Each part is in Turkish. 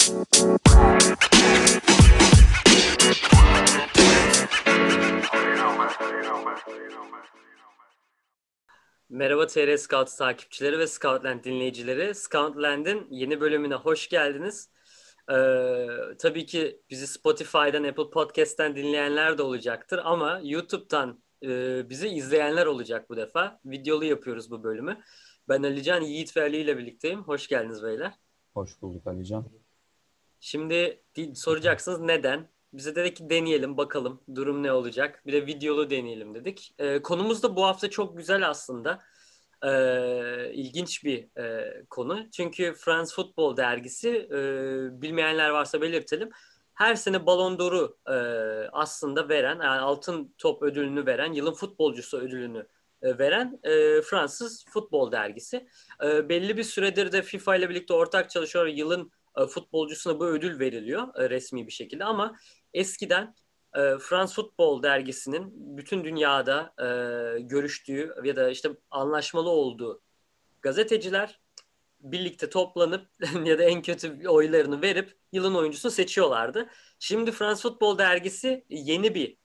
Merhaba TR Scouts takipçileri ve Scoutland dinleyicileri. Scoutland'in yeni bölümüne hoş geldiniz. Tabii ki bizi Spotify'dan, Apple Podcast'ten dinleyenler de olacaktır ama YouTube'dan bizi izleyenler olacak bu defa. Videolu yapıyoruz bu bölümü. Ben Alican, Yiğit ve Ali ile birlikteyim. Hoş geldiniz beyler. Hoş bulduk Alican. Şimdi soracaksınız neden? Bize dedik ki deneyelim bakalım durum ne olacak. Bir de videolu deneyelim dedik. Konumuz da bu hafta çok güzel aslında. İlginç bir konu. Çünkü France Football dergisi bilmeyenler varsa belirtelim. Her sene Ballon d'Or'u aslında veren, yani altın top ödülünü veren, yılın futbolcusu ödülünü veren Fransız futbol dergisi. Belli bir süredir de FIFA ile birlikte ortak çalışıyor. Yılın futbolcusuna bu ödül veriliyor resmi bir şekilde ama eskiden France Football dergisinin bütün dünyada görüştüğü ya da işte anlaşmalı olduğu gazeteciler birlikte toplanıp ya da en kötü oylarını verip yılın oyuncusunu seçiyorlardı. Şimdi France Football dergisi yeni bir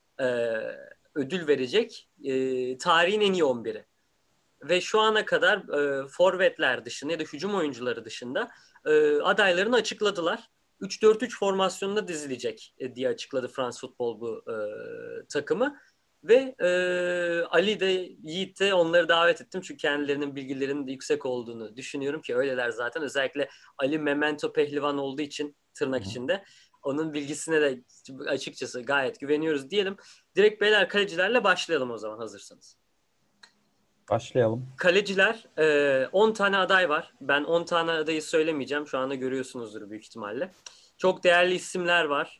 ödül verecek. Tarihin en iyi 11'i. Ve şu ana kadar forvetler dışında ya da hücum oyuncuları dışında adaylarını açıkladılar. 3-4-3 formasyonunda dizilecek diye açıkladı France Football bu takımı. Ve Ali de Yiğit de onları davet ettim. Çünkü kendilerinin bilgilerinin de yüksek olduğunu düşünüyorum ki öyleler zaten. Özellikle Ali Memento Pehlivan olduğu için tırnak içinde. Onun bilgisine de açıkçası gayet güveniyoruz diyelim. Direkt beyler kalecilerle başlayalım o zaman hazırsanız. Başlayalım. Kaleciler 10 tane aday var. Ben 10 tane adayı söylemeyeceğim. Şu anda görüyorsunuzdur büyük ihtimalle. Çok değerli isimler var.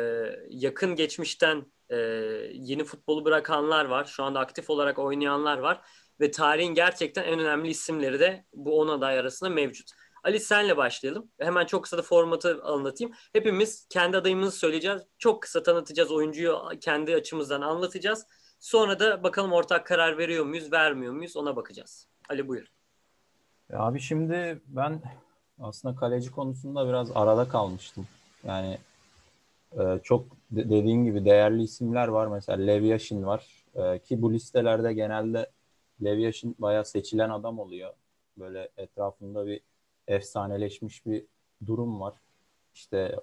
Yakın geçmişten yeni futbolu bırakanlar var. Şu anda aktif olarak oynayanlar var. Ve tarihin gerçekten en önemli isimleri de bu 10 aday arasında mevcut. Ali senle başlayalım. Hemen çok kısa da formatı anlatayım. Hepimiz kendi adayımızı söyleyeceğiz. Çok kısa tanıtacağız. Oyuncuyu kendi açımızdan anlatacağız. Sonra da bakalım ortak karar veriyor muyuz, vermiyor muyuz ona bakacağız. Ali buyur. Abi şimdi ben aslında kaleci konusunda biraz arada kalmıştım. Yani çok dediğin gibi değerli isimler var. Mesela Lev Yashin var. Ki bu listelerde genelde Lev Yashin bayağı seçilen adam oluyor. Böyle etrafında bir efsaneleşmiş bir durum var. İşte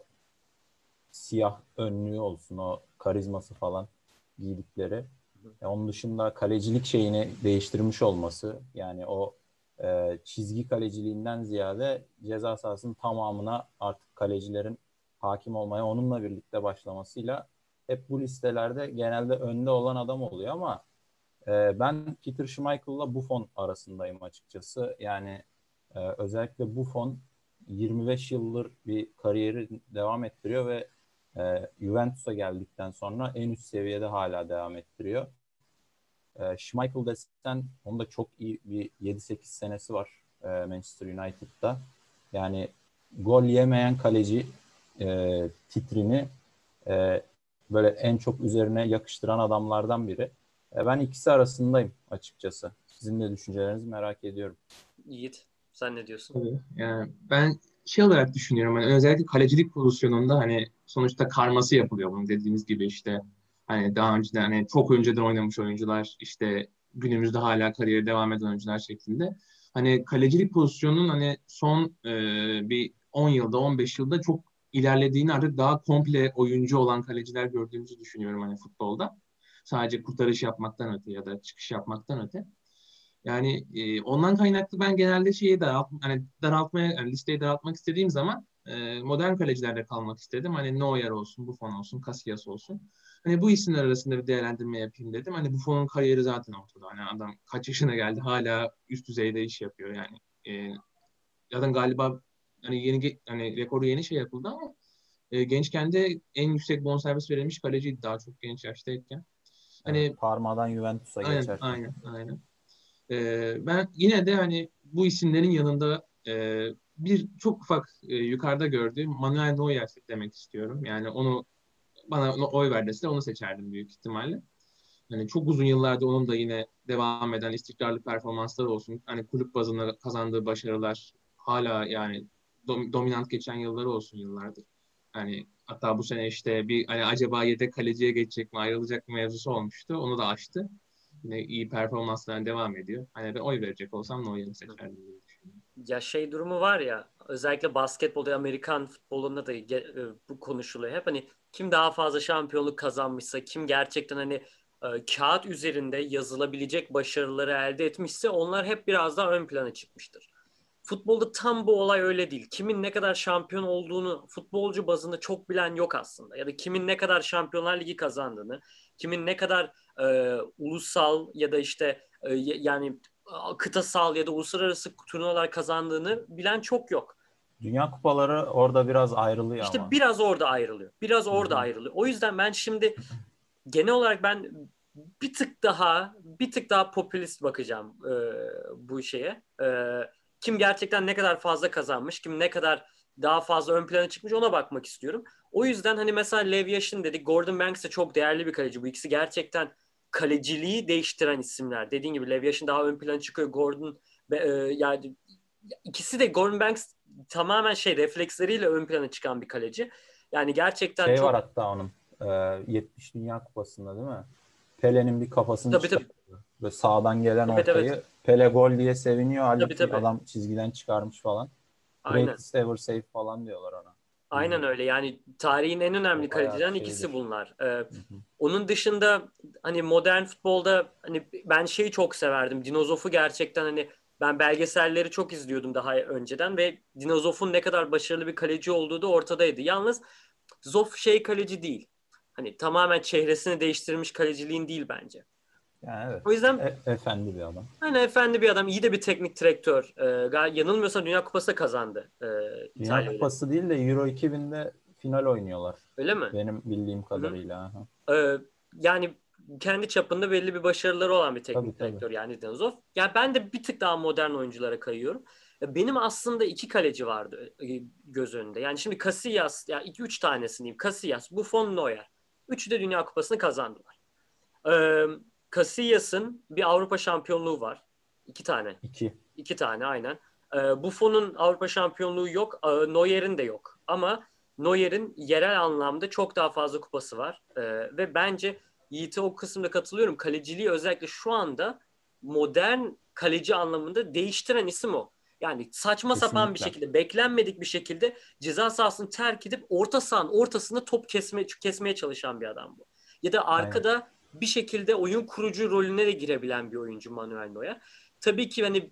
siyah önlüğü olsun, o karizması falan giydikleri. Onun dışında kalecilik şeyini değiştirmiş olması, yani o çizgi kaleciliğinden ziyade ceza sahasının tamamına artık kalecilerin hakim olmaya onunla birlikte başlamasıyla hep bu listelerde genelde önde olan adam oluyor ama ben Peter Schmeichel'la Buffon arasındayım açıkçası. Yani özellikle Buffon 25 yıldır bir kariyeri devam ettiriyor ve Juventus'a geldikten sonra en üst seviyede hala devam ettiriyor. Schmeichel desen onun da çok iyi bir 7-8 senesi var Manchester United'da. Yani gol yemeyen kaleci titrini böyle en çok üzerine yakıştıran adamlardan biri. Ben ikisi arasındayım açıkçası. Sizin de düşüncelerinizi merak ediyorum. Yiğit sen ne diyorsun? Tabii. Yani ben şey olarak düşünüyorum. Hani özellikle kalecilik pozisyonunda hani sonuçta karması yapılıyor bunun dediğimiz gibi işte hani daha önceden hani çok önceden oynamış oyuncular işte günümüzde hala kariyeri devam eden oyuncular şeklinde. Hani kalecilik pozisyonunun hani son bir 10 yılda 15 yılda çok ilerlediğini artık daha komple oyuncu olan kaleciler gördüğümüzü düşünüyorum hani futbolda. Sadece kurtarış yapmaktan öte ya da çıkış yapmaktan öte. Yani ondan kaynaklı ben genelde hani daraltmaya yani listeyi daraltmak istediğim zaman modern kalecilerde kalmak istedim. Hani Neuer olsun, Buffon olsun, Casillas olsun. Hani bu isimler arasında bir değerlendirme yapayım dedim. Hani Buffon'un kariyeri zaten ortada. Hani adam kaç yaşına geldi hala üst düzeyde iş yapıyor yani. Zaten galiba hani hani rekoru yeni şey yapıldı ama gençken de en yüksek bonservis verilmiş kaleciydi daha çok genç yaştayken. Evet, Hani Parma'dan Juventus'a aynen geçerken. aynen aynen. Ben yine de hani bu isimlerin yanında bir çok ufak yukarıda gördüğüm Manuel Neuer demek istiyorum. Yani bana oy ver dese onu seçerdim büyük ihtimalle. Hani çok uzun yıllarda onun da yine devam eden istikrarlı performanslar olsun. Hani kulüp bazında kazandığı başarılar hala yani dominant geçen yılları olsun yıllardır. Yani hatta bu sene işte bir hani acaba yedek kaleciye geçecek mi, ayrılacak mı mevzusu olmuştu. Onu da aştı. Yine iyi performanslarına devam ediyor. Hani ben oy verecek olsam Neuer'i seçerdim diye düşünüyorum. Ya şey durumu var ya, özellikle basketbolda, Amerikan futbolunda da bu konuşuluyor hep, hani kim daha fazla şampiyonluk kazanmışsa, kim gerçekten hani kağıt üzerinde yazılabilecek başarıları elde etmişse onlar hep biraz daha ön plana çıkmıştır. Futbolda tam bu olay öyle değil. Kimin ne kadar şampiyon olduğunu futbolcu bazında çok bilen yok aslında. Ya da kimin ne kadar Şampiyonlar Ligi kazandığını, kimin ne kadar ulusal ya da işte yani kıtasal ya da uluslararası turnuvalar kazandığını bilen çok yok. Dünya kupaları orada biraz ayrılıyor İşte ama. biraz orada ayrılıyor. Biraz Hı orada hı. ayrılıyor. O yüzden ben şimdi genel olarak ben bir tık daha popülist bakacağım bu şeye. Kim gerçekten ne kadar fazla kazanmış, kim ne kadar daha fazla ön plana çıkmış, ona bakmak istiyorum. O yüzden hani mesela Lev Yashin dedik, Gordon Banks de çok değerli bir kaleci. Bu ikisi gerçekten kaleciliği değiştiren isimler. Dediğin gibi Lev Yashin daha ön plana çıkıyor. Yani ikisi de, Gordon Banks tamamen refleksleriyle ön plana çıkan bir kaleci. Yani gerçekten Şey var çok, hatta onun 70 Dünya Kupası'nda değil mi? Pele'nin bir kafasını tabii tabii, çıkarıyor. Ve sağdan gelen evet evet, ortayı Pele gol diye seviniyor. tabii Halbuki tabii. adam çizgiden çıkarmış falan. Aynen. Greatest ever save falan diyorlar ona. Aynen öyle. Yani tarihin en önemli O bayağı kalecilerin ikisi şeydir. bunlar. Hı hı. Onun dışında hani modern futbolda hani ben şeyi çok severdim. Dinozof'u gerçekten, hani ben belgeselleri çok izliyordum daha önceden ve Dinozof'un ne kadar başarılı bir kaleci olduğu da ortadaydı. Yalnız Zoff kaleci değil. Hani tamamen çehresini değiştirmiş kaleciliğin değil bence. Yani evet. O yüzden Efendi bir adam. hani efendi bir adam, iyi de bir teknik direktör. Yanılmıyorsam Dünya Kupası da kazandı Dünya İtalya ile. Kupası değil de Euro 2000'de final oynuyorlar. Öyle mi? Benim bildiğim Hı hı. kadarıyla. Aha. Yani kendi çapında belli bir başarıları olan bir Tabii teknik tabii. direktör yani Denizov. Yani ben de bir tık daha modern oyunculara kayıyorum. Benim aslında iki kaleci vardı göz önünde. Yani şimdi Casillas, ya iki üç tanesini diyeyim. Casillas, Buffon, Neuer. Üçü de Dünya Kupası'nı kazandılar. Ee, Casillas'ın bir Avrupa şampiyonluğu var. İki tane. İki. İki tane aynen. Buffon'un Avrupa şampiyonluğu yok. Neuer'in de yok. Ama Neuer'in yerel anlamda çok daha fazla kupası var. Ve bence Yiğit'e o kısımda katılıyorum. Kaleciliği özellikle şu anda modern kaleci anlamında değiştiren isim o. Yani saçma sapan bir Kesinlikle. şekilde, beklenmedik bir şekilde ceza sahasını terk edip orta sahanın ortasında top kesmeye çalışan bir adam bu. Ya da Aynen. arkada bir şekilde oyun kurucu rolüne de girebilen bir oyuncu Manuel Neuer. Tabii ki hani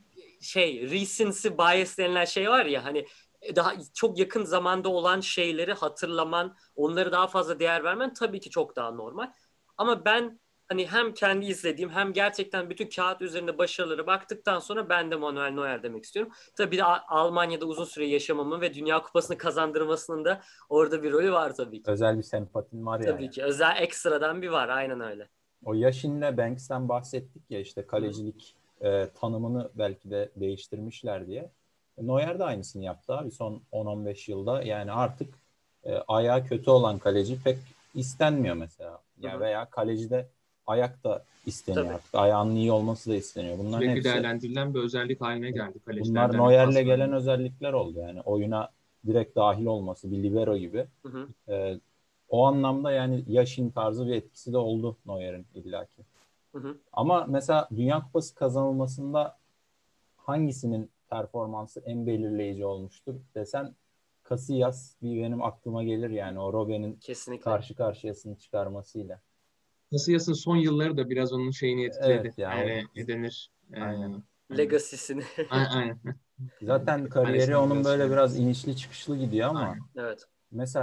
recency bias denilen şey var ya, hani daha çok yakın zamanda olan şeyleri hatırlaman, onları daha fazla değer vermen tabii ki çok daha normal. Ama ben hani hem kendi izlediğim hem gerçekten bütün kağıt üzerinde başarıları baktıktan sonra ben de Manuel Neuer demek istiyorum. Tabii bir de Almanya'da uzun süre yaşamamın ve Dünya Kupası'nı kazandırmasının da orada bir rolü var tabii ki. Özel bir sempatin var Tabii yani. ki. Özel ekstradan bir var. Aynen öyle. O Yashin'le Banks'ten bahsettik ya işte Hı-hı. kalecilik tanımını belki de değiştirmişler diye. Neuer de aynısını yaptı abi son 10-15 yılda. Yani artık ayağı kötü olan kaleci pek istenmiyor mesela. Ya Hı-hı. veya kalecide ayak da isteniyor Tabii. artık. Ayağının iyi olması da isteniyor. Bunların Sürekli hepsi değerlendirilen bir özellik haline geldi. bunlar Kalecilerden hep Neuer'le gelen bahsedilen. özellikler oldu. Yani oyuna direkt dahil olması bir libero gibi. Hı-hı. E, O anlamda yani Yashin tarzı bir etkisi de oldu Neuer'in illaki. Hı-hı. Ama mesela Dünya Kupası kazanılmasında hangisinin performansı en belirleyici olmuştur desen Casillas bir benim aklıma gelir yani o Robben'in Kesinlikle. karşı karşıyasını çıkarmasıyla. Casillas'ın son yılları da biraz onun şeyini Evet etkiledi. ya o Yani ne denir? aynen. Hani, Legacy'sini. aynen. Yani Zaten kariyeri maalesef onun biraz böyle şey biraz olmaz. inişli çıkışlı gidiyor ama Aynen. Evet. mesela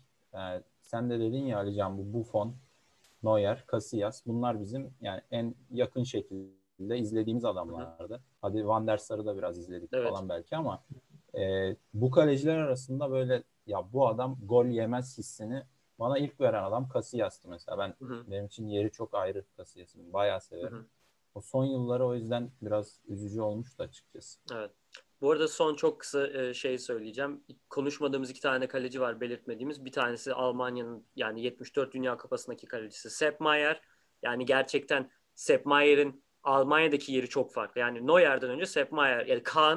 sen de dedin ya Alican bu Buffon, Neuer, Casillas bunlar bizim yani en yakın şekilde izlediğimiz Hı-hı. adamlardı. Hadi Van der Sar'ı da biraz izledik Evet. falan belki ama bu kaleciler arasında böyle ya bu adam gol yemez hissini bana ilk veren adam Casillas'tı mesela. Hı-hı. Benim için yeri çok ayrı Casillas'ın. Bayağı severim. Hı-hı. O son yılları o yüzden biraz üzücü olmuştu açıkçası. Evet. Bu arada son çok kısa şey söyleyeceğim. Konuşmadığımız iki tane kaleci var belirtmediğimiz. Bir tanesi Almanya'nın yani 74 Dünya Kupası'ndaki kalecisi Sepp Maier. Yani gerçekten Sepp Maier'in Almanya'daki yeri çok farklı. Yani Neuer'den önce Sepp Maier, yani Kahn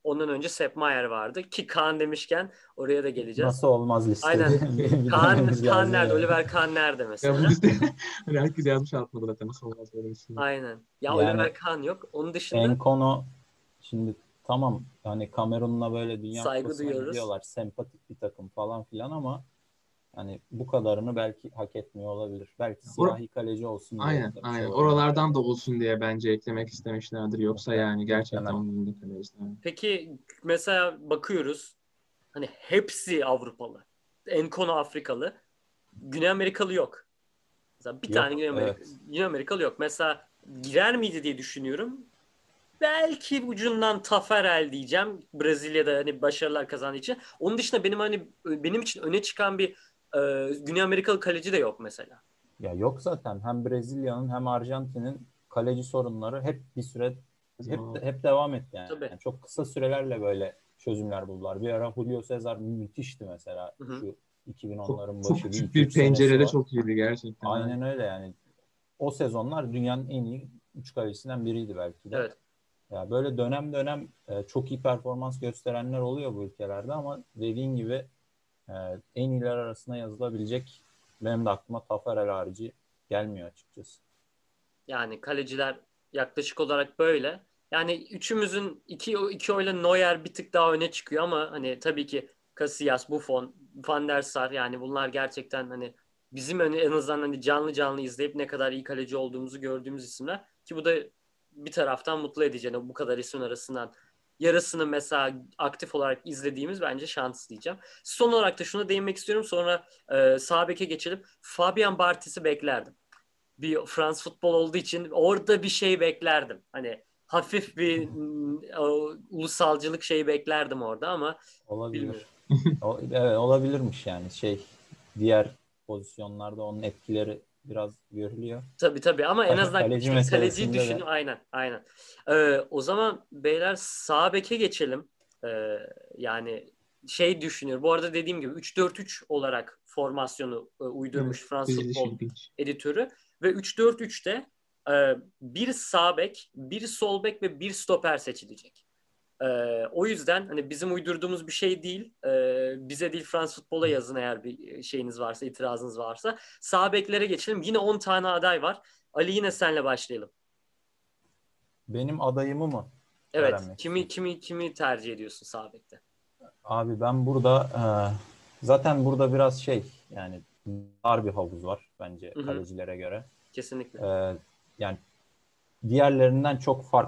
Ondan önce Sepp Maier vardı. Ki Kaan demişken oraya da geleceğiz. Nasıl olmaz listede? Aynen. Bir Kaan dememiz lazım nerede? yani. Oliver Kahn nerede Ya bu mesela? liste hani herkes yazmış altında zaten nasıl olmaz böyle bir şey. Aynen. Ya Yani Oliver Kahn yok. Onun dışında Enkono şimdi tamam hani Kamerun'la böyle Dünya saygı Kupası'na duyuyoruz. gidiyorlar. Sempatik bir takım falan filan ama hani bu kadarını belki hak etmiyor olabilir. Belki Or- siyahi kaleci olsun diye aynen tabii aynen. şey Oralardan da oynatıyorlar. olsun diye bence eklemek istemişlerdir. Yoksa yani gerçekten Muhtemelen. onun da kaleciler. Peki mesela bakıyoruz. Hani hepsi Avrupalı. Enkono Afrikalı. Güney Amerikalı yok. Mesela bir tane Yok, evet. Güney Amerikalı yok. Mesela girer miydi diye düşünüyorum. Belki ucundan Tafarel diyeceğim. Brezilya'da hani başarılar kazandığı için. Onun dışında benim için öne çıkan bir Güney Amerikalı kaleci de yok mesela. Ya yok zaten hem Brezilya'nın hem Arjantin'in kaleci sorunları hep bir süre hep devam etti yani. Tabii. Yani çok kısa sürelerle böyle çözümler buldular. Bir ara Julio Cesar müthişti mesela. Hı hı. Şu Çok, 2010'ların çok başı bir küçük iki bir üç senesi pencerede var. çok iyiydi gerçekten. Aynen öyle yani. O sezonlar dünyanın en iyi 3 kalecisinden biriydi belki de. Evet. Ya böyle dönem dönem çok iyi performans gösterenler oluyor bu ülkelerde ama dediğin gibi e, en iyiler arasına yazılabilecek benim de aklıma Tafarel harici gelmiyor açıkçası. Yani kaleciler yaklaşık olarak böyle. Yani üçümüzün iki oyla Neuer bir tık daha öne çıkıyor ama hani tabii ki Casillas, Buffon, Van der Sar yani bunlar gerçekten hani bizim en azından hani canlı canlı izleyip ne kadar iyi kaleci olduğumuzu gördüğümüz isimler ki bu da bir taraftan mutlu edici. Yani bu kadar isim arasından yarısını mesela aktif olarak izlediğimiz bence şans diyeceğim. Son olarak da şuna değinmek istiyorum. Sonra sağ beke geçelim. Fabian Barthez beklerdim bir Fransız futbol olduğu için orada bir şey beklerdim. Hani hafif bir ulusalcılık şeyi beklerdim orada ama bilmiyorum. Olabilir. Evet olabilirmiş yani diğer pozisyonlarda onun etkileri biraz görülüyor. Tabii ama en azından Kaleci işte kaleciyi meselesinde de düşün. Aynen. O zaman beyler sağ beke geçelim. Yani şey düşünüyorum. Bu arada dediğim gibi 3-4-3 olarak formasyonu Evet, uydurmuş Fransız diziliş futbol ilginç. editörü ve 3-4-3'te bir sağ bek, bir sol bek ve bir stoper seçilecek. O yüzden hani bizim uydurduğumuz bir şey değil. Bize değil Fransız futbola yazın eğer bir şeyiniz varsa, itirazınız varsa. Sağ beklere geçelim. Yine 10 tane aday var. Ali yine senle başlayalım. benim adayımı mı Evet. öğrenmek Kimi istiyorsun? kimi kimi tercih ediyorsun sağ bekte? Abi ben burada zaten burada biraz yani dar bir havuz var bence Hı hı, kalecilere göre. kesinlikle. Yani diğerlerinden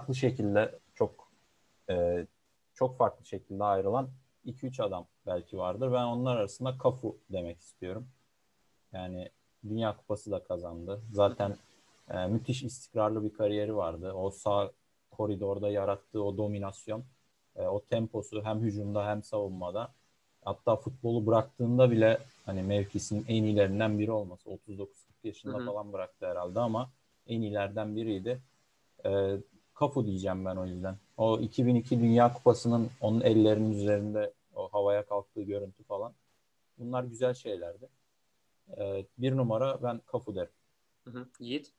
e, çok farklı şekilde ayrılan iki üç adam belki vardır. Ben onlar arasında Cafu demek istiyorum. Yani Dünya Kupası da kazandı. Hı hı, Zaten müthiş istikrarlı bir kariyeri vardı. O sağ koridorda yarattığı o dominasyon, o temposu hem hücumda hem savunmada. Hatta futbolu bıraktığında bile hani mevkisinin en iyilerinden biri olması. 39-40 hı yaşında hı. falan bıraktı herhalde ama en iyilerden biriydi. E, Cafu diyeceğim ben o yüzden. O 2002 Dünya Kupası'nın onun ellerinin üzerinde o havaya kalktığı görüntü falan. Bunlar güzel şeylerdi. Bir numara ben Cafu derim. Hı hı. Yiğit.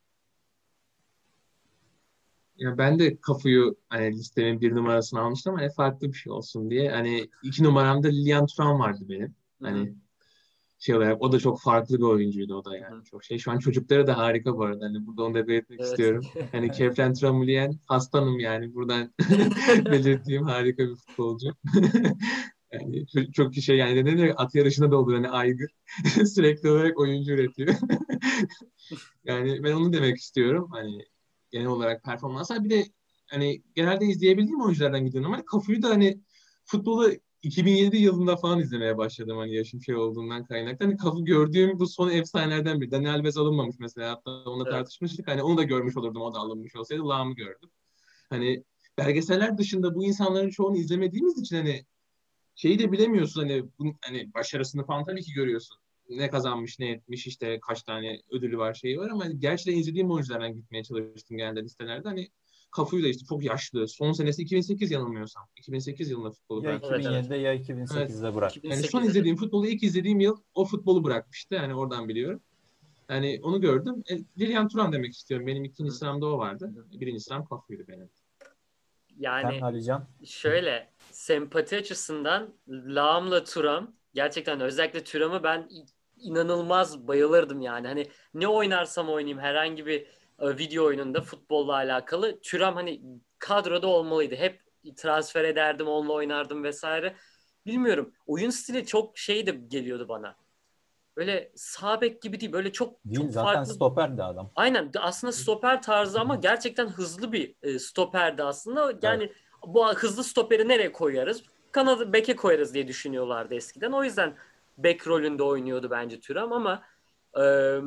Ya ben de Cafu'yu hani listemin bir numarasını almıştım ama farklı bir şey olsun diye. Hani iki numaramda Lilian Thuram vardı benim. Hı hı, Hani şey olarak o da çok farklı bir oyuncuydu o da hı yani. hı. Çok şey şu an çocukları da harika bu arada. Hani burada onu da belirtmek Evet. istiyorum. Hani Kefren Tramulien hastanım yani buradan belirttiğim harika bir futbolcu. Yani çok şey yani ne diyor at yarışında da olur hani aygır. Sürekli olarak oyuncu üretiyor. Yani ben onu demek istiyorum. Hani genel olarak performanslar bir de hani genelde izleyebildiğim oyunculardan gidiyorum ama Cafu'yu da hani futbolu 2007 yılında falan izlemeye başladım hani yaşım şey olduğundan kaynaklı. Hani Cafu gördüğüm bu son efsanelerden biri. Dani Alves alınmamış mesela hatta onunla Evet. tartışmıştık. Hani onu da görmüş olurdum o da alınmış olsaydı Lağım'ı gördüm. Hani belgeseller dışında bu insanların çoğunu izlemediğimiz için hani şeyi de bilemiyorsun hani hani başarısını falan tabii ki görüyorsun. Ne kazanmış, ne etmiş, işte kaç tane ödülü var, şeyi var ama hani gerçekten izlediğim oyunculardan gitmeye çalıştım genelde listelerde. Hani Cafu'yu da işte çok yaşlı. Son senesi 2008 yanılmıyorsam. 2008 yılında futbolu Ya bırakmış. Evet. 2007'de ya Evet. 2008'de bıraktı. Yani son 2008'de. izlediğim futbolu ilk izlediğim yıl o futbolu bırakmıştı. Yani oradan biliyorum. Yani onu gördüm. Lilian Thuram demek istiyorum. Benim Hı ikinci hı, sıramda o hı vardı. hı. Birinci sıram Cafu'ydu benim. Sen Yani Alican. şöyle sempati açısından Laam'la Thuram, gerçekten özellikle Thuram'ı ben inanılmaz bayılırdım yani. Hani ne oynarsam oynayayım herhangi bir video oyununda futbolla alakalı Thuram hani kadroda olmalıydı. Hep transfer ederdim, onunla oynardım vesaire. Bilmiyorum. Oyun stili çok şey de geliyordu bana. Böyle sağ bek gibi değil. Böyle çok Değil, çok zaten farklı. stoperdi adam. Aynen, aslında stoper tarzı ama gerçekten hızlı bir stoperdi aslında. Evet. Yani bu hızlı stoperi nereye koyarız? Kanadı beke koyarız diye düşünüyorlardı eskiden. O yüzden bek rolünde oynuyordu bence Thuram ama e,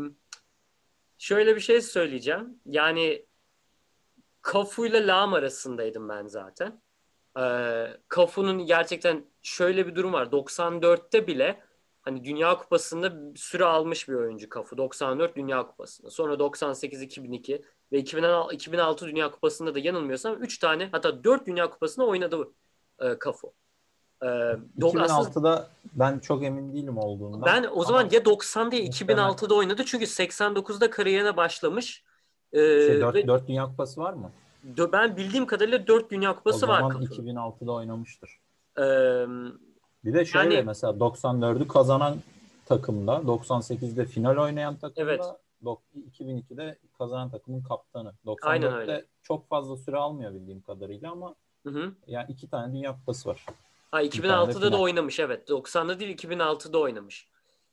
şöyle bir şey söyleyeceğim. Yani Cafu ile Lahm arasındaydım ben zaten. Cafu'nun gerçekten şöyle bir durum var. 94'te bile hani Dünya Kupası'nda süre almış bir oyuncu Cafu. 94 Dünya Kupası'nda. Sonra 98, 2002 ve 2006 Dünya Kupası'nda da yanılmıyorsam 3 tane hatta 4 Dünya Kupası'nda oynadı Cafu. Ee, Aslında 2006'da ben çok emin değilim olduğundan ben o zaman ama ya 90'da ya muhtemel 2006'da oynadı çünkü 89'da kariyerine başlamış. Ve 4 Dünya Kupası var mı? ben bildiğim kadarıyla 4 Dünya O Kupası var zaman Cafu'nun. 2006'da oynamıştır. Ee, Bir de şöyle, Yani mesela 94'ü kazanan takımda, 98'de final oynayan evet, takımda, 2002'de kazanan takımın kaptanı. aynen öyle. 94'te çok fazla süre almıyor bildiğim kadarıyla ama Hı hı. yani 2 tane Dünya Kupası var. Ha, Bir tane de 2006'da da final. oynamış, evet. 90'da değil, 2006'da oynamış.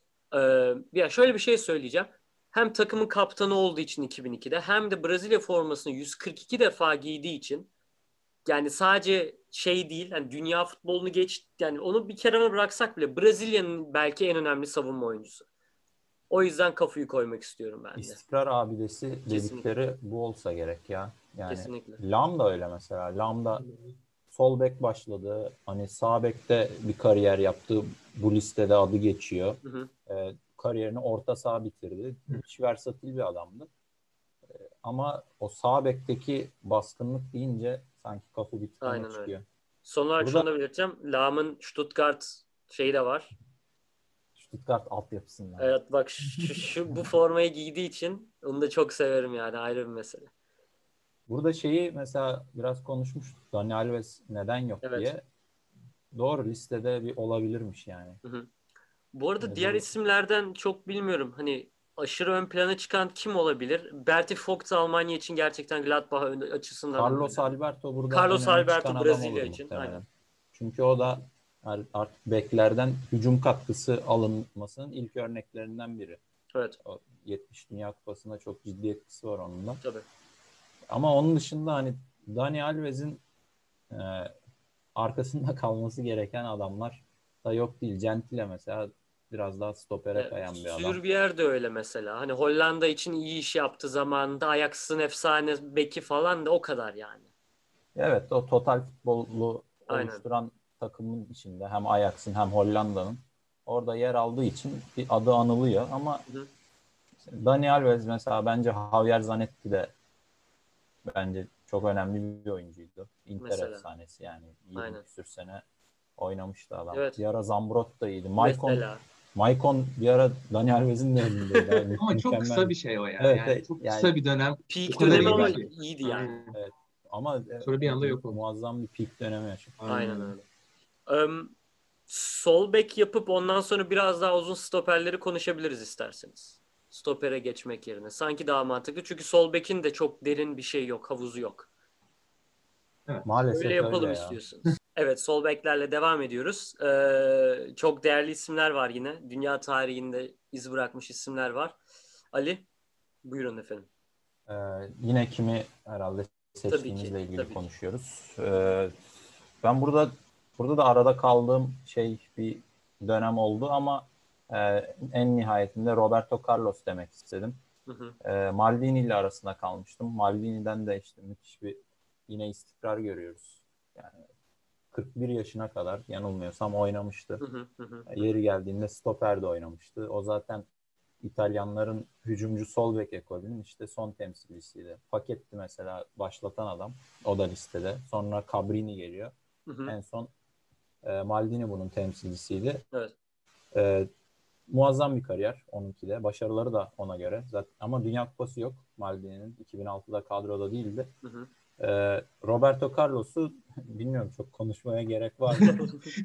Ya şöyle bir şey söyleyeceğim. Hem takımın kaptanı olduğu için 2002'de hem de Brezilya formasını 142 defa giydiği için yani sadece şey değil, hani dünya futbolunu geç, yani onu bir kenara bıraksak bile Brezilya'nın belki en önemli savunma oyuncusu. O yüzden kafayı koymak istiyorum ben de. İstikrar abidesi Kesinlikle. dedikleri bu olsa gerek ya. Yani Kesinlikle. Lam da öyle mesela. Lam da sol bek başladı. Hani sağ bekte bir kariyer yaptı. Bu listede adı geçiyor. Hı hı. Kariyerini orta saha bitirdi. Müthiş versatil bir adamdı. Ama o sağ bekteki baskınlık deyince sanki kafa bir tık öne Aynen öyle. çıkıyor. Son olarak şunu Burada da belirteceğim. Lahm'ın Stuttgart şeyi de var. Stuttgart altyapısından. Evet bak, bu formayı giydiği için onu da çok severim yani, ayrı bir mesele. Burada şeyi mesela biraz konuşmuştuk. Dani Alves neden yok Evet. diye. Doğru, listede bir olabilirmiş yani. Hı hı. Bu arada diğer Burada isimlerden çok bilmiyorum. Hani aşırı ön plana çıkan kim olabilir? Berti Vogt Almanya için gerçekten Gladbach açısından Carlos önemli. Alberto burada en Carlos öne çıkan Alberto adam olur Brezilya için. Aynen. muhtemelen. Çünkü o da artık beklerden hücum katkısı alınmasının ilk örneklerinden biri. Evet. O 70 Dünya Kupası'nda çok ciddi etkisi var onun da. Tabii. Ama onun dışında hani Dani Alves'in e, arkasında kalması gereken adamlar da yok değil. Gentile mesela biraz daha stopere Ya, kayan bir adam. Sürbier de öyle mesela. Hani Hollanda için iyi iş yaptı zamanında. Ajax'ın efsane beki falan da o kadar yani. Evet, o total futbolu Aynen. oluşturan takımın içinde hem Ajax'ın hem Hollanda'nın orada yer aldığı için bir adı anılıyor ama Hı hı. Dani Alves mesela, bence Javier Zanetti de bence çok önemli bir oyuncuydu. Inter Mesela. efsanesi yani, 20 Aynen. küsür sene oynamıştı adam. Evet. Bir ara Zambrot da iyiydi. Mesela. Maicon bir ara Dani Alves'in de elindeydi abi. Ama çok Mükemmel. kısa bir şey o ya. Evet, Yani çok yani kısa bir dönem o Peak kadar dönemi ama iyiydi ki. iyiydi yani. Aynen. evet. Ama Sonra bir anda yok oldu. muazzam bir peak dönemi yaşadı. Aynen Aynen öyle. öyle. Sol bek yapıp ondan sonra biraz daha uzun stoperleri konuşabiliriz isterseniz. Stopere geçmek yerine. Sanki daha mantıklı. Çünkü sol bekin de çok derin bir şey yok. Havuzu yok. Evet. Öyle Maalesef öyle yapalım ya. istiyorsunuz. Evet, sol beklerle devam ediyoruz. Çok değerli isimler var yine. Dünya tarihinde iz bırakmış isimler var. Ali, buyurun efendim. Ee, Yine kimi herhalde Tabii ki, seçtiğimizle ilgili tabii ki. konuşuyoruz. Ben burada da arada kaldığım bir dönem oldu ama e, en nihayetinde Roberto Carlos demek istedim. Hı hı, Maldini ile arasında kalmıştım. Maldini'den de işte müthiş bir yine istikrar görüyoruz. Yani 41 yaşına kadar yanılmıyorsam oynamıştı. hı hı, hı hı, hı hı. Yeri geldiğinde stoper de oynamıştı. O zaten İtalyanların hücumcu sol bek ekolünün işte son temsilcisiydi. Paketti mesela başlatan adam. O da listede. Sonra Cabrini geliyor. Hı hı. En son Maldini bunun temsilcisiydi. Evet. E, Muazzam bir kariyer onunki de. Başarıları da ona göre. Zaten, ama Dünya Kupası yok Maldini'nin. 2006'da kadroda değildi. Hı hı. Roberto Carlos'u bilmiyorum, çok konuşmaya gerek var mı?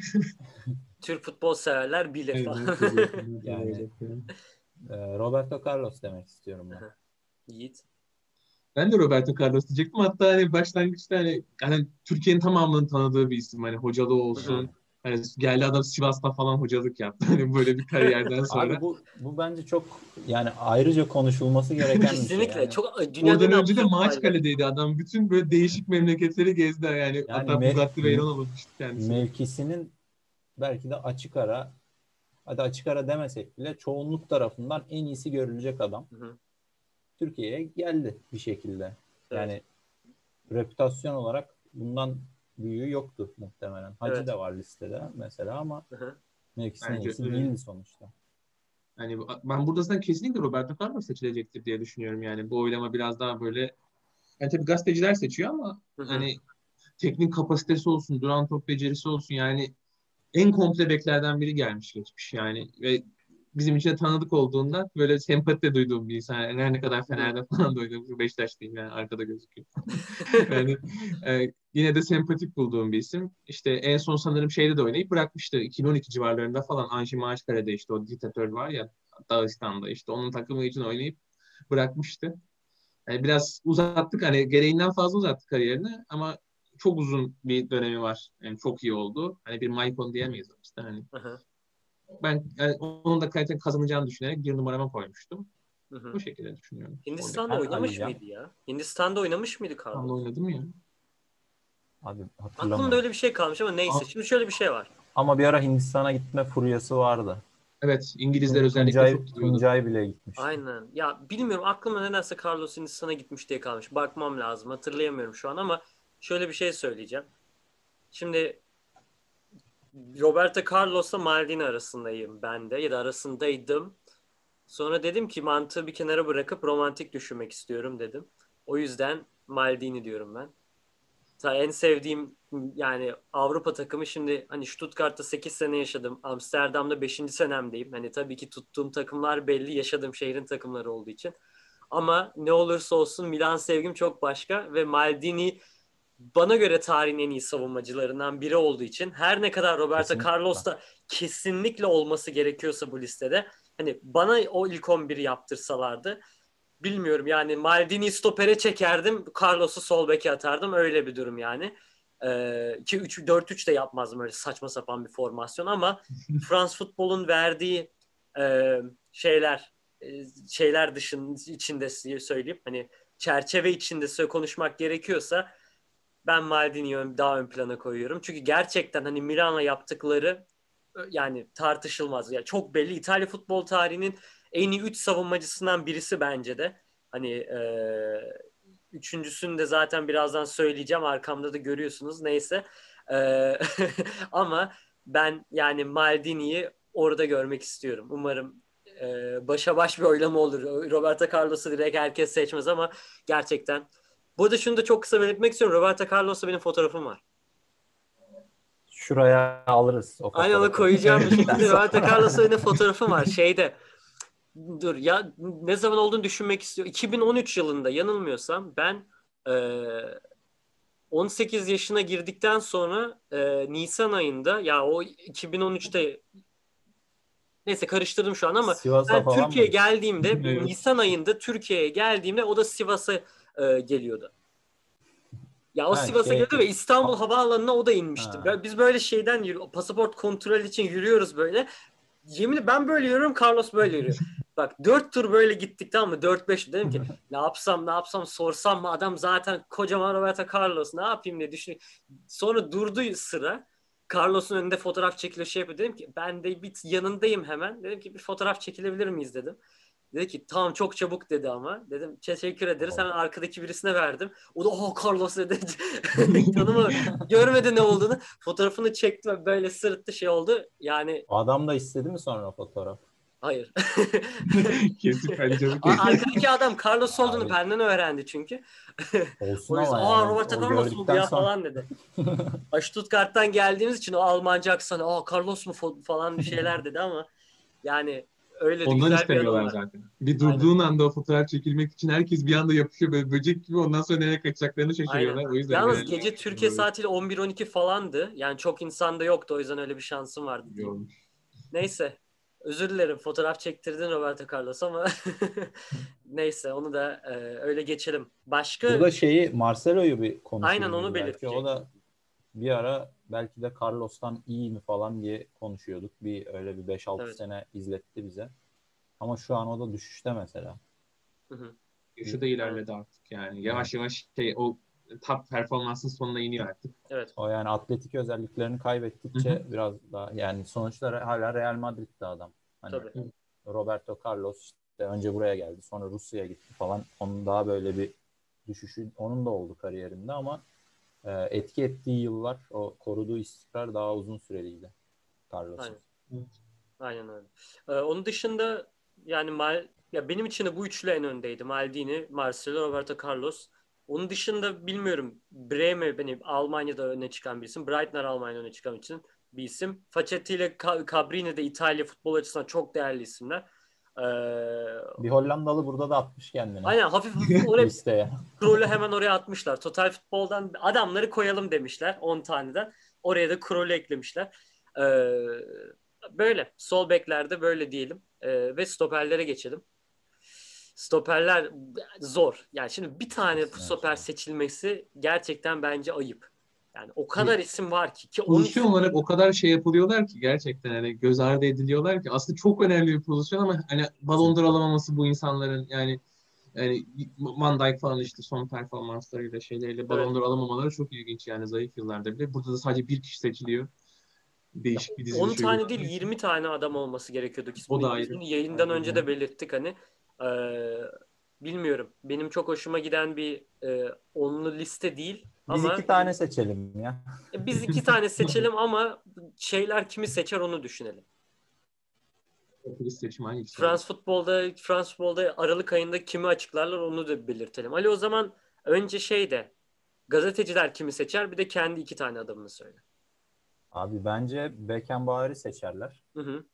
Türk futbol severler bilir Evet, falan. Yani Roberto Carlos demek istiyorum ben. Yiğit. Ben de Roberto Carlos diyecektim. Hatta hani başlangıçta hani Türkiye'nin tamamını tanıdığı bir isim. Hani hocalığı olsun. Hani geldi adam Sivas'ta falan hocalık yaptı. Hani böyle bir kariyerden Abi sonra. bu bence çok yani ayrıca konuşulması gereken bir şey. Kesinlikle. Yani Çok dünyanın en Oradan önce de absürt olayları. Maaşkale'deydi adam. Bütün böyle değişik memleketleri gezdi yani. yani Hatta Bugatti Veyron alınmıştı kendisine. mevkisinin belki de açık ara, hadi açık ara demesek bile çoğunluk tarafından en iyisi görülecek adam. Hı hı. Türkiye'ye geldi bir şekilde. Evet. Yani reputasyon olarak bundan büyüğü yoktu muhtemelen. Hacı Evet. da var listede mesela ama Hı hı. mevkisinin Bence iyisi değildi sonuçta. hani ben burada zaten kesinlikle Roberto Carlos seçilecektir diye düşünüyorum yani. Bu oylama biraz daha böyle yani tabii gazeteciler seçiyor ama Hı hı. hani teknik kapasitesi olsun, duran top becerisi olsun yani en komple beklerden biri gelmiş geçmiş yani ve bizim için de tanıdık olduğundan böyle sempati de duyduğum bir insan. Yani her ne kadar Hı hı. Fener'de falan da oynamış. Beşiktaşlıyım yani arkada gözüküyor. Yani yine de sempatik bulduğum bir isim. İşte en son sanırım şeyde de oynayıp bırakmıştı. 2012 civarlarında falan Anji Maaşkale'de işte o diktatör var ya Dağıstan'da işte onun takımı için oynayıp bırakmıştı. Yani biraz uzattık hani gereğinden fazla uzattık kariyerini ama çok uzun bir dönemi var. Yani çok iyi oldu. Hani bir Maicon diyemeyiz işte hani. Hı hı. Ben yani onun da kalite kazanacağını düşünerek bir numarama koymuştum. Hı hı. Bu şekilde düşünüyorum. Oradaki. Hindistan'da Ben oynamış alacağım. mıydı ya? Hindistan'da oynamış mıydı Tam da Carlos? oynadım ya. Abi Aklımda hatırlamıyorum. öyle bir şey kalmış ama neyse. Şimdi şöyle bir şey var. Ama bir ara Hindistan'a gitme furyası vardı. Evet, İngilizler özellikle Tuncay, çok gidiyordu. Tuncay bile gitmişti. Aynen. Ya bilmiyorum, aklıma nedense Carlos Hindistan'a gitmiş diye kalmış. Bakmam lazım. Hatırlayamıyorum şu an ama şöyle bir şey söyleyeceğim. Şimdi Roberto Carlos'la Maldini arasındayım ben de, ya da arasındaydım. Sonra dedim ki mantığı bir kenara bırakıp romantik düşünmek istiyorum dedim. O yüzden Maldini diyorum ben. En sevdiğim yani Avrupa takımı, şimdi hani Stuttgart'ta 8 sene yaşadım. Amsterdam'da 5. senemdeyim. Hani tabii ki tuttuğum takımlar belli, yaşadığım şehrin takımları olduğu için. Ama ne olursa olsun Milan sevgim çok başka ve Maldini bana göre tarihin en iyi savunmacılarından biri olduğu için, her ne kadar Roberto Kesinlikle. Carlos da kesinlikle olması gerekiyorsa bu listede, hani bana o ilk 11'i yaptırsalardı, bilmiyorum yani, Maldini'yi stopere çekerdim, Carlos'u sol beke atardım, öyle bir durum yani. 2-3-4-3 de yapmazdım, öyle saçma sapan bir formasyon, ama Frans futbolun verdiği e, şeyler şeyler içinde söyleyeyim, hani çerçeve içinde konuşmak gerekiyorsa ben Maldini'yi daha ön plana koyuyorum. Çünkü gerçekten hani Milan'la yaptıkları yani tartışılmaz. Yani çok belli, İtalya futbol tarihinin en iyi 3 savunmacısından birisi bence de. Hani üçüncüsünü de zaten birazdan söyleyeceğim. Arkamda da görüyorsunuz. Neyse. E, ama ben yani Maldini'yi orada görmek istiyorum. Umarım başa baş bir oylama olur. Roberto Carlos'u direkt herkes seçmez ama gerçekten. Bu arada şunu da çok kısa belirtmek istiyorum. Roberto Carlos'la benim fotoğrafım var. Şuraya alırız o Aynen, onu fotoğrafı. koyacağım bir Bittikten şekilde. Roberto sonra. Carlos'la benim fotoğrafım var. Şeyde, dur ya, ne zaman olduğunu düşünmek istiyorum. 2013 yılında yanılmıyorsam ben e, 18 yaşına girdikten sonra Nisan ayında, ya o 2013'te, neyse karıştırdım şu an ama Sivas'a ben falan mı Türkiye'ye gitti? geldiğimde, Evet. Nisan ayında Türkiye'ye geldiğimde o da Sivas'a geliyordu. Ya o Ha Sivas'a şey geliyordu ve İstanbul pa- Havaalanı'na o da inmişti. ha. Biz böyle şeyden pasaport kontrol için yürüyoruz böyle. Yeminle ben böyle yürüyorum, Carlos böyle yürüyor. Bak 4 tur böyle gittik, tamam mı? 4-5 dedim ki ne yapsam sorsam mı, adam zaten kocaman Roberto Carlos, ne yapayım diye düşünüyorum. Sonra durdu sıra. Carlos'un önünde fotoğraf çekiliyor, şey yapıyor. Dedim ki ben de bir yanındayım hemen. Dedim ki bir fotoğraf çekilebilir miyiz dedim. Dedi ki tamam, çok çabuk dedi ama. Dedim teşekkür ederiz. Hemen arkadaki birisine verdim. O da Carlos dedi. Tanıma, görmedi ne olduğunu. Fotoğrafını çekti ve böyle sırıttı, şey oldu. Yani O adam da istedi mi sonra fotoğraf? hayır. Kesip ben çabuk. Arkadaki adam Carlos olduğunu Abi benden öğrendi çünkü. olsun O yüzden ama yani Roberto o Carlos mu bu gördükten ya sonra falan dedi. Stuttgart'tan geldiğimiz için o Almanca aksanı Carlos mu falan bir şeyler dedi ama yani Öyle de Ondan güzel bir anım istemiyorlar var. zaten. Bir Aynen. durduğun anda o fotoğraf çekilmek için herkes bir anda yapışıyor böyle böcek gibi. Ondan sonra nereye kaçacaklarını Aynen. şaşırıyorlar. O yüzden Yalnız genelde gece Türkiye saatiyle 11-12 falandı. Yani çok insan da yoktu. O yüzden öyle bir şansım vardı iyi diyeyim. olmuş. Neyse. Özür dilerim. Fotoğraf çektirdin Roberto Carlos ama neyse onu da öyle geçelim. Başka Burada şeyi Marcelo'yu bir aynen konuşuruz onu belki. O belirtecektim. da bir ara belki de Carlos'tan iyi mi falan diye konuşuyorduk. Bir öyle bir 5-6 Evet. sene izletti bize. Ama şu an o da düşüşte mesela. Hı hı. Yaşı da Aynen. ilerledi artık yani. Evet. Yavaş yavaş o top performansın sonuna iniyor artık. Evet. O yani atletik özelliklerini Hı hı. kaybettikçe biraz daha yani sonuçta hala Real Madrid'de adam. Hani Tabii. Roberto Carlos işte önce buraya geldi, sonra Rusya'ya gitti falan. Onun daha böyle bir düşüşü onun da oldu kariyerinde ama etki ettiği yıllar, o koruduğu istikrar daha uzun süreliydi Carlos'un. Aynen. Aynen öyle. Onun dışında yani ya benim için de bu üçlü en öndeydi. Maldini, Marcelo, Roberto Carlos. Onun dışında bilmiyorum. Bremer benim Almanya'da öne çıkan bir isim. Breitner Almanya'da öne çıkan için bir isim. Facchetti ile Cabrini de İtalya futbol açısından çok değerli isimler. Bir Hollandalı burada da atmış kendine Aynen hafif hafif oraya listeye. Krol'ü hemen oraya atmışlar. Total futboldan adamları koyalım demişler 10 taneden. Oraya da Krol'ü eklemişler. Ee, Böyle. Sol beklerde böyle diyelim. Ve stoperlere geçelim. Stoperler zor. Yani şimdi bir tane Kesinlikle. stoper seçilmesi gerçekten bence ayıp. Yani o kadar Hani isim var ki pozisyon 13 olarak o kadar şey yapılıyorlar ki gerçekten hani göz ardı ediliyorlar ki aslında çok önemli bir pozisyon ama hani Ballon d'Or Kesinlikle. alamaması bu insanların yani Van Dijk falan işte son performanslarıyla şeyleriyle Ballon evet d'Or alamamaları çok ilginç yani zayıf yıllarda bile. Burada da sadece bir kişi seçiliyor. ya Değişik bir 10 diziliş tane değil uyguladığı için. 20 tane adam olması gerekiyordu. O da Biz ayrı. bunu yayından Ayrı önce yani. de belirttik hani. Ee, Bilmiyorum. Benim çok hoşuma giden bir onlu liste değil. Biz Ama iki tane seçelim ya. biz iki tane seçelim ama şeyler kimi seçer onu düşünelim. Polis seçimi hangisi olur? Frans futbolda Aralık ayında kimi açıklarlar onu da belirtelim. Ali o zaman önce gazeteciler kimi seçer bir de kendi iki tane adamını söyle. Abi bence Beckenbauer'i seçerler. Hı hı,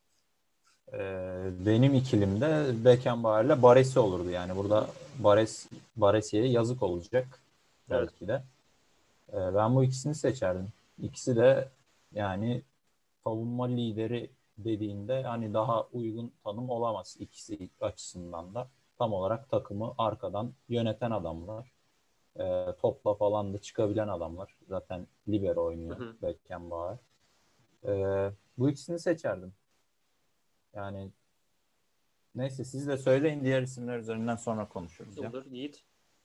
Benim ikilimde Beckenbauer'le Baresi olurdu. Yani hı burada hı. Baresi'ye yazık olacak Evet. belki de. Ben bu ikisini seçerdim. İkisi de yani savunma lideri dediğinde hani daha uygun tanım olamaz ikisi açısından da. Tam olarak takımı arkadan yöneten adamlar. Topla falan da çıkabilen adamlar. Zaten libero Hı oynuyor hı. Beckenbauer. Bu ikisini seçerdim. Yani neyse siz de söyleyin, diğer isimler üzerinden sonra konuşuruz ya. Olur Yiğit.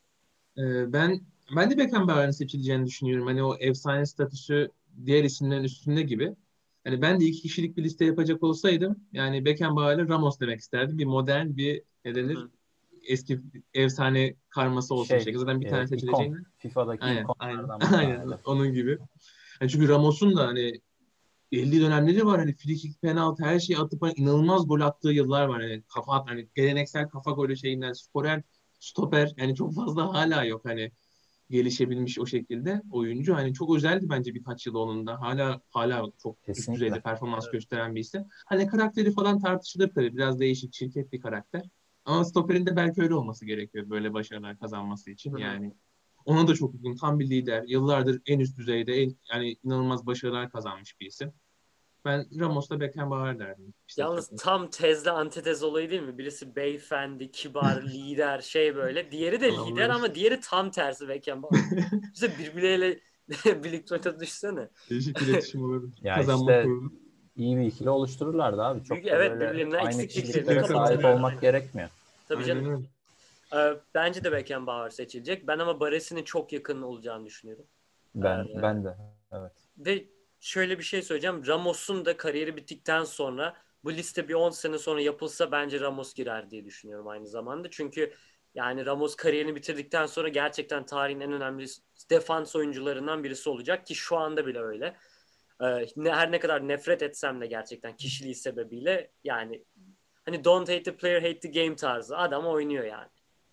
Ben de Beckenbauer'ın seçileceğini düşünüyorum. Hani o efsane statüsü diğer isimlerin üstünde gibi. Hani ben de iki kişilik bir liste yapacak olsaydım yani Beckenbauer'le Ramos demek isterdim. Bir modern bir ne Hı denir hı. eski efsane karması olsun Şey, şekilde. Zaten bir tane ikon. seçileceğinden. FIFA'daki Aynen. ikonlardan bir Aynen tanesi. onun gibi. Yani çünkü Ramos'un da hani 50 dönemleri var. Hani free kick, penaltı her şeyi atıp hani inanılmaz gol attığı yıllar var. Hani kafa at, hani geleneksel kafa golü şeyinden skorer, stoper yani çok fazla hala yok hani gelişebilmiş o şekilde oyuncu. Hani çok özeldi bence birkaç yıl onun da. Hala çok üst düzeyde Kesinlikle. performans Evet. gösteren bir isim. Hani karakteri falan tartışılır tabii. Biraz değişik, çirkef bir karakter. Ama stoperin de belki öyle olması gerekiyor böyle başarılar kazanması için. Hı hı. Yani ona da çok uygun. Tam bir lider. Yıllardır en üst düzeyde yani inanılmaz başarılar kazanmış bir isim. Ben Ramos'la Beckenbauer derdim. Yalnız Seçecek olsam. tam tezle antitez olayı değil mi? Birisi beyefendi, kibar, lider şey böyle. Diğeri de lider Adamlar ama diğeri tam tersi Beckenbauer. İşte birbirleriyle birlikte düşsene. değişik iletişim olabilir. Ya Kazanma işte kurulu. iyi bir ikili oluştururlardı abi. Büyük, Çok da evet böyle birbirlerinden aynı eksikliklerini Eksikleri kişiliklere sahip kapatırlar. kapatırlar. olmak Aynen. gerekmiyor. Tabii Aynen canım. öyle. Bence de Beckenbauer seçilecek. Ben ama Baresi'nin çok yakın olacağını düşünüyorum. Ee, Ben de evet. Ve şöyle bir şey söyleyeceğim. Ramos'un da kariyeri bittikten sonra bu liste bir 10 sene sonra yapılsa bence Ramos girer diye düşünüyorum aynı zamanda. Çünkü yani Ramos kariyerini bitirdikten sonra gerçekten tarihin en önemli defans oyuncularından birisi olacak ki şu anda bile öyle. Her ne kadar nefret etsem de gerçekten kişiliği sebebiyle yani hani don't hate the player hate the game tarzı adam oynuyor yani.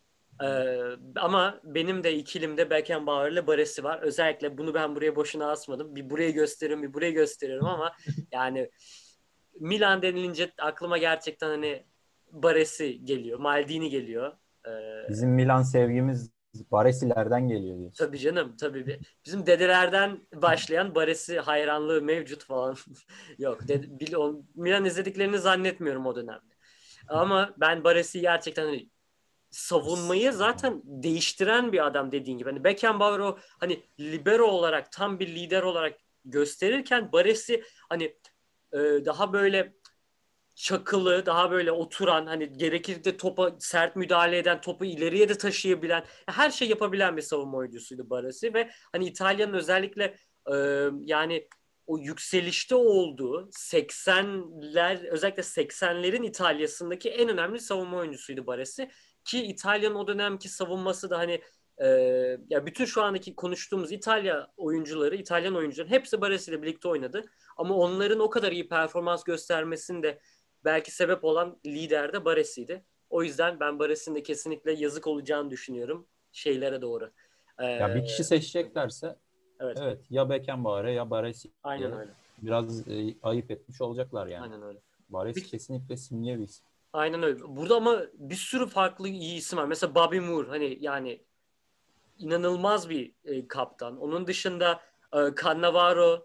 Ama benim de ikilimde Beckenbauer'le Baresi var. Özellikle bunu ben buraya boşuna asmadım. Bir burayı gösteriyorum, bir burayı gösteriyorum ama yani Milan denilince aklıma gerçekten hani Baresi geliyor. Maldini geliyor. Bizim Milan sevgimiz Baresilerden geliyor diyorsun. Tabii canım, tabii. Bizim dedelerden başlayan Baresi hayranlığı mevcut falan. Yok, Milan izlediklerini zannetmiyorum o dönemde. Ama ben Baresi'yi gerçekten hani savunmayı zaten değiştiren bir adam dediğin gibi. Hani Beckenbauer o hani libero olarak tam bir lider olarak gösterirken Baresi hani daha böyle çakılı, daha böyle oturan, hani gerekirse topa sert müdahale eden, topu ileriye de taşıyabilen, her şey yapabilen bir savunma oyuncusuydu Baresi ve hani İtalya'nın özellikle yani o yükselişte olduğu 80'ler, özellikle 80'lerin İtalya'sındaki en önemli savunma oyuncusuydu Baresi ki İtalya'nın o dönemki savunması da hani e, ya bütün şu andaki konuştuğumuz İtalyan oyuncuların hepsi Baresi ile birlikte oynadı. Ama onların o kadar iyi performans göstermesinde belki sebep olan lider de Baresi'ydi. O yüzden ben Baresi'nin de kesinlikle yazık olacağını düşünüyorum şeylere doğru. Ya Ee, bir kişi seçeceklerse evet, evet ya Beckenbauer'e ya aynen Baresi'ye öyle. biraz ayıp etmiş olacaklar yani. Aynen öyle. Baresi Peki, kesinlikle simge bir isim. aynen öyle. Burada ama bir sürü farklı iyi isim var. Mesela Bobby Moore hani yani inanılmaz bir kaptan. Onun dışında Cannavaro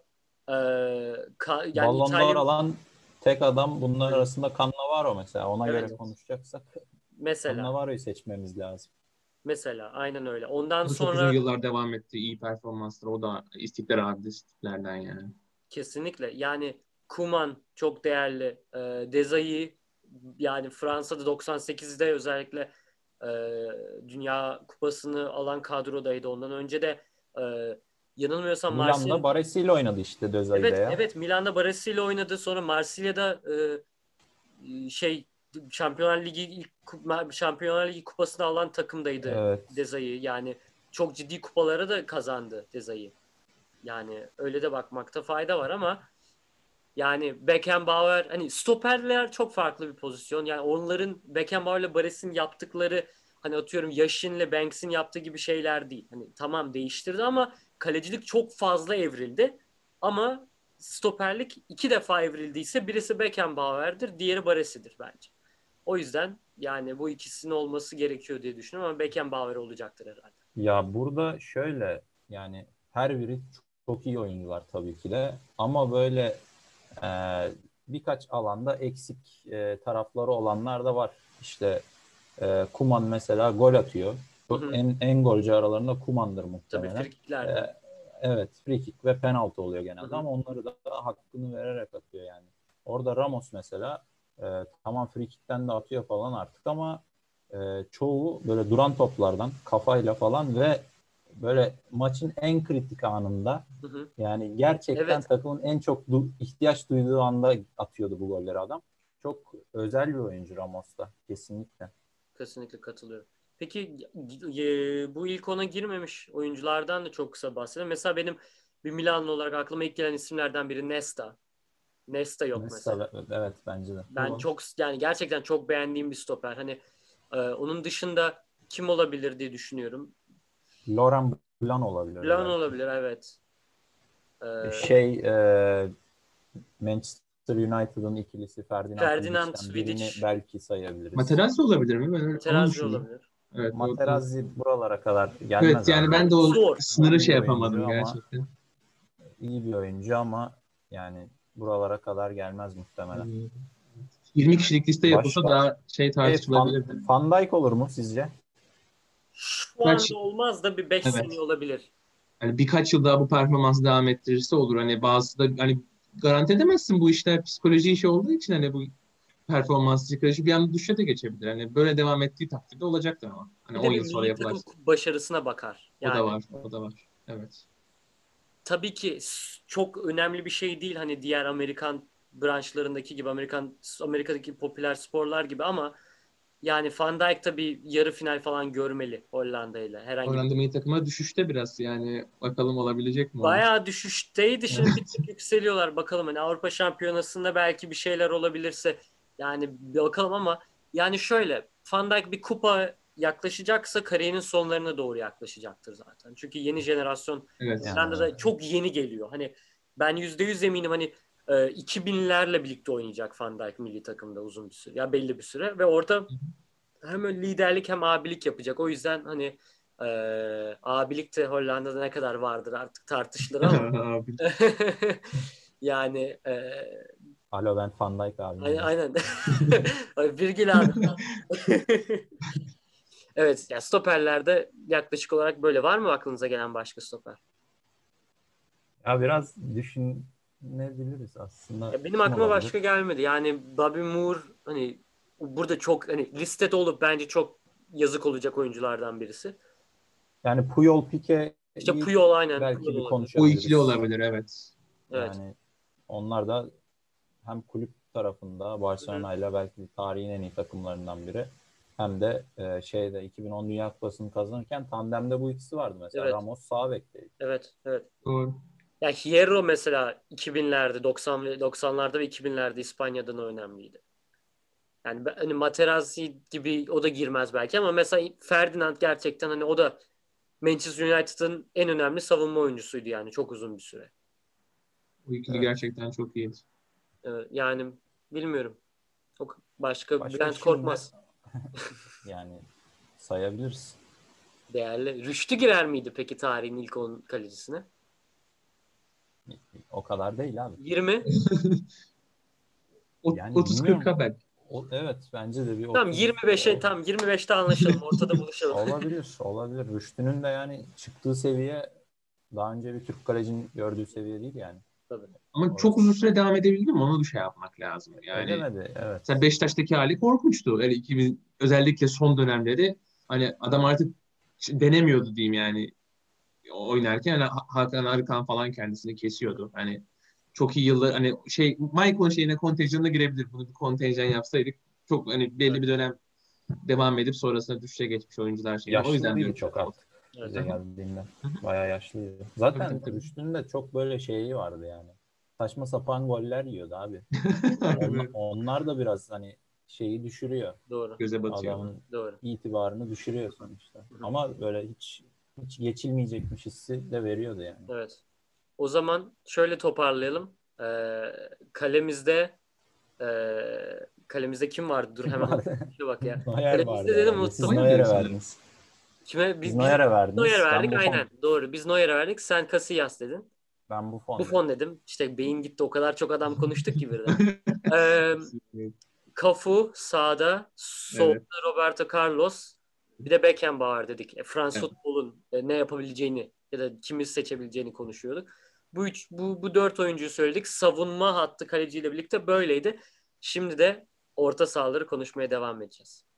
yani Ballon d'Or İtalya alan tek adam bunlar Hı, arasında Cannavaro mesela. Ona göre evet konuşacaksak mesela Cannavaro'yu seçmemiz lazım. aynen öyle. Ondan O da çok uzun sonra yıllar devam etti. İyi performanslar. O da istikrar abidesi tiplerden yani. kesinlikle. Yani Koeman çok değerli. Desailly yani Fransa'da 98'de özellikle e, Dünya Kupası'nı alan kadrodaydı. Ondan önce de e, yanılmıyorsam Milan'da Baresi ile oynadı işte Dözay'da evet ya. evet Milan'da Baresi ile oynadı. Sonra Marsilya'da şey Şampiyonlar Ligi kupasını alan takımdaydı Evet. Desailly. Yani çok ciddi kupalara da kazandı Desailly. Yani öyle de bakmakta fayda var ama yani Beckenbauer hani stoperler çok farklı bir pozisyon. Yani onların Beckenbauer'la Baresi'nin yaptıkları hani atıyorum Yashin'le Banks'in yaptığı gibi şeyler değil. Hani tamam değiştirdi ama kalecilik çok fazla evrildi. Ama stoperlik iki defa evrildiyse birisi Beckenbauer'dir, diğeri Baresi'dir bence. O yüzden yani bu ikisinin olması gerekiyor diye düşünüyorum ama Beckenbauer olacaktır herhalde. Ya burada şöyle yani her biri çok iyi oyuncular tabii ki de ama böyle e, birkaç alanda eksik tarafları olanlar da var. İşte Koeman mesela gol atıyor. Hı hı. En golcü aralarında Koeman'dır Tabii muhtemelen. E, frikiklerde. evet free kick ve penaltı oluyor Hı genelde hı. ama onları da hakkını vererek atıyor yani. Orada Ramos mesela tamam free kick'ten de atıyor falan artık ama çoğu böyle duran toplardan kafayla falan ve böyle maçın en kritik anında Hı hı. yani gerçekten Evet. takımın en çok ihtiyaç duyduğu anda atıyordu bu golleri adam. Çok özel bir oyuncu Ramos da kesinlikle. Kesinlikle katılıyorum. Peki bu ilk ona girmemiş oyunculardan da çok kısa bahsedelim. Mesela benim bir Milanlı olarak aklıma ilk gelen isimlerden biri Nesta. Nesta yok mesela. Mesela evet bence de. Ben çok yani gerçekten çok beğendiğim bir stoper. Hani onun dışında kim olabilir diye düşünüyorum. Laurent Blanc olabilir Blanc belki. olabilir evet. E, Şey Manchester United'ın ikilisi Ferdinand Ferdinand Vidic'ten birini Vidic, belki sayabiliriz. Materazzi olabilir mi? Ben onu Materazzi düşündüm. olabilir. Evet, o. Materazzi buralara kadar gelmez Evet yani abi. ben de o Zor. sınırı İyi şey bir oyuncu yapamadım ama gerçekten. iyi bir oyuncu ama yani buralara kadar gelmez muhtemelen. 20 kişilik liste yapılsa Başka daha şey tartışılabilirdi. Van Dijk olur mu sizce? Şu Kaç, anda olmaz da bir 5 sene evet. olabilir. Hani birkaç yıl daha bu performansı devam ettirirse olur. Hani bazı da hani garanti edemezsin, bu işler psikoloji işi olduğu için hani bu performans psikoloji bir anda düşüşe de geçebilir. Hani böyle devam ettiği takdirde olacaktır ama. Hani Bir 10 de bir yıl sonra milli takım yapılarsa. başarısına bakar. O da Yani var, o da var. Evet. tabii ki çok önemli bir şey değil hani diğer Amerikan branşlarındaki gibi Amerika'daki popüler sporlar gibi ama yani Van Dijk tabii yarı final falan görmeli Hollanda ile herhangi bir Hollanda milli takıma düşüşte biraz, yani bakalım olabilecek mi o? bayağı düşüşteydi şimdi bir tık yükseliyorlar bakalım hani Avrupa Şampiyonası'nda belki bir şeyler olabilirse yani bir bakalım ama yani şöyle Van Dijk bir kupa yaklaşacaksa kariyerinin sonlarına doğru yaklaşacaktır zaten. Çünkü yeni jenerasyon Evet. Yani Hollanda'da çok yeni geliyor. Hani ben %100 eminim hani 2000'lerle birlikte oynayacak Van Dijk milli takımda uzun bir süre. Ya belli bir süre ve orada hem öyle liderlik hem abilik yapacak. O yüzden hani abilik de Hollanda'da ne kadar vardır artık tartışılır ama Abi. yani Alo, ben Van Dijk aynen, abim. aynen. Virgil abi. Evet, ya stoperlerde yaklaşık olarak böyle. Var mı aklınıza gelen başka stoper? Ya biraz düşünebiliriz aslında. Ya benim Kim aklıma olabilir? başka gelmedi. Yani Bobby Moore hani burada çok hani listede olup bence çok yazık olacak oyunculardan birisi. Yani Puyol, İşte Pique'yi Puyol, aynen Puyol belki bir olabilir. O ikili konuşabiliriz. olabilir, evet. Evet. Yani onlar da hem kulüp tarafında Hı hı. Barcelona ile belki tarihin en iyi takımlarından biri. Hem de şeyde 2010 Dünya Kupası'nı kazanırken tandemde bu ikisi vardı mesela. Evet. Ramos sağ bekteydi. Evet. Evet. Doğru. Ya Hierro mesela 2000'lerde, 90'larda ve 2000'lerde İspanya'dan önemliydi. Yani hani Materazzi gibi o da girmez belki ama mesela Ferdinand gerçekten hani o da Manchester United'ın en önemli savunma oyuncusuydu yani çok uzun bir süre. O ikili Evet. gerçekten çok iyi. Yani bilmiyorum. Başka Başka Bülent şimdi Korkmaz yani sayabiliriz. değerli. Rüştü girer miydi peki tarihin ilk 10 kalecisine? O kadar değil abi. 20. Yani 30-40 bilmiyorum. belki. Evet, bence de bir Tamam 30 25'e tam 25'te anlaşalım. Ortada buluşalım. olabilir. Olabilir. Rüştü'nün de yani çıktığı seviye daha önce bir Türk kalecinin gördüğü seviye değil yani. Tabii. Ama çok Orası uzun süre devam edebildi mi? Onu da şey yapmak lazım. Yani edemedi. Evet. mesela Beşiktaş'taki hali korkunçtu. Yani 2000, özellikle son dönemleri hani adam artık denemiyordu diyeyim yani oynarken. Yani Hakan Arıkan falan kendisini kesiyordu. Hani çok iyi yıllar hani şey Michael'ın şeyine kontenjanına girebilir. Bunu bir kontenjan yapsaydık çok hani belli Evet. bir dönem devam edip sonrasında düşüşe geçmiş oyuncular şeyini. O Yaşlı yüzden değil diyorum çok zaten. artık Evet. bize Aha. geldiğinde. Hı hı. Bayağı yaşlıydı. Tabii Zaten tabii tabii. Rüştü'nün de çok böyle şeyi vardı yani. Saçma sapan goller yiyordu abi. Evet. Onlar da biraz hani şeyi düşürüyor. Doğru. Göze batıyor. Adamın Doğru. itibarını düşürüyor sonuçta. Hı hı. Ama böyle hiç geçilmeyecekmiş hissi de veriyordu yani. Evet. O zaman şöyle toparlayalım. Kalemizde kim vardı? Dur Kim hemen vardı? bir bak ya. Neuer Kalemizde vardı dedim herhalde. Siz unuttum. Neuer'di Neuer'e sanırım. verdiniz. Kime? Siz Biz Neuer'e Neuer'e verdiniz. Ben verdik Buffon. aynen. Doğru. Biz Neuer'e verdik. Sen Casillas dedin. Ben Buffon dedim. Buffon dedim. İşte beyin gitti. O kadar çok adam konuştuk ki birden. Ee, Cafu sağda, solda Evet. Roberto Carlos, bir de Beckenbauer dedik. Frans Evet. futbolun ne yapabileceğini ya da kimi seçebileceğini konuşuyorduk. Bu dört oyuncuyu söyledik. Savunma hattı kaleciyle birlikte böyleydi. Şimdi de orta sahaları konuşmaya devam edeceğiz.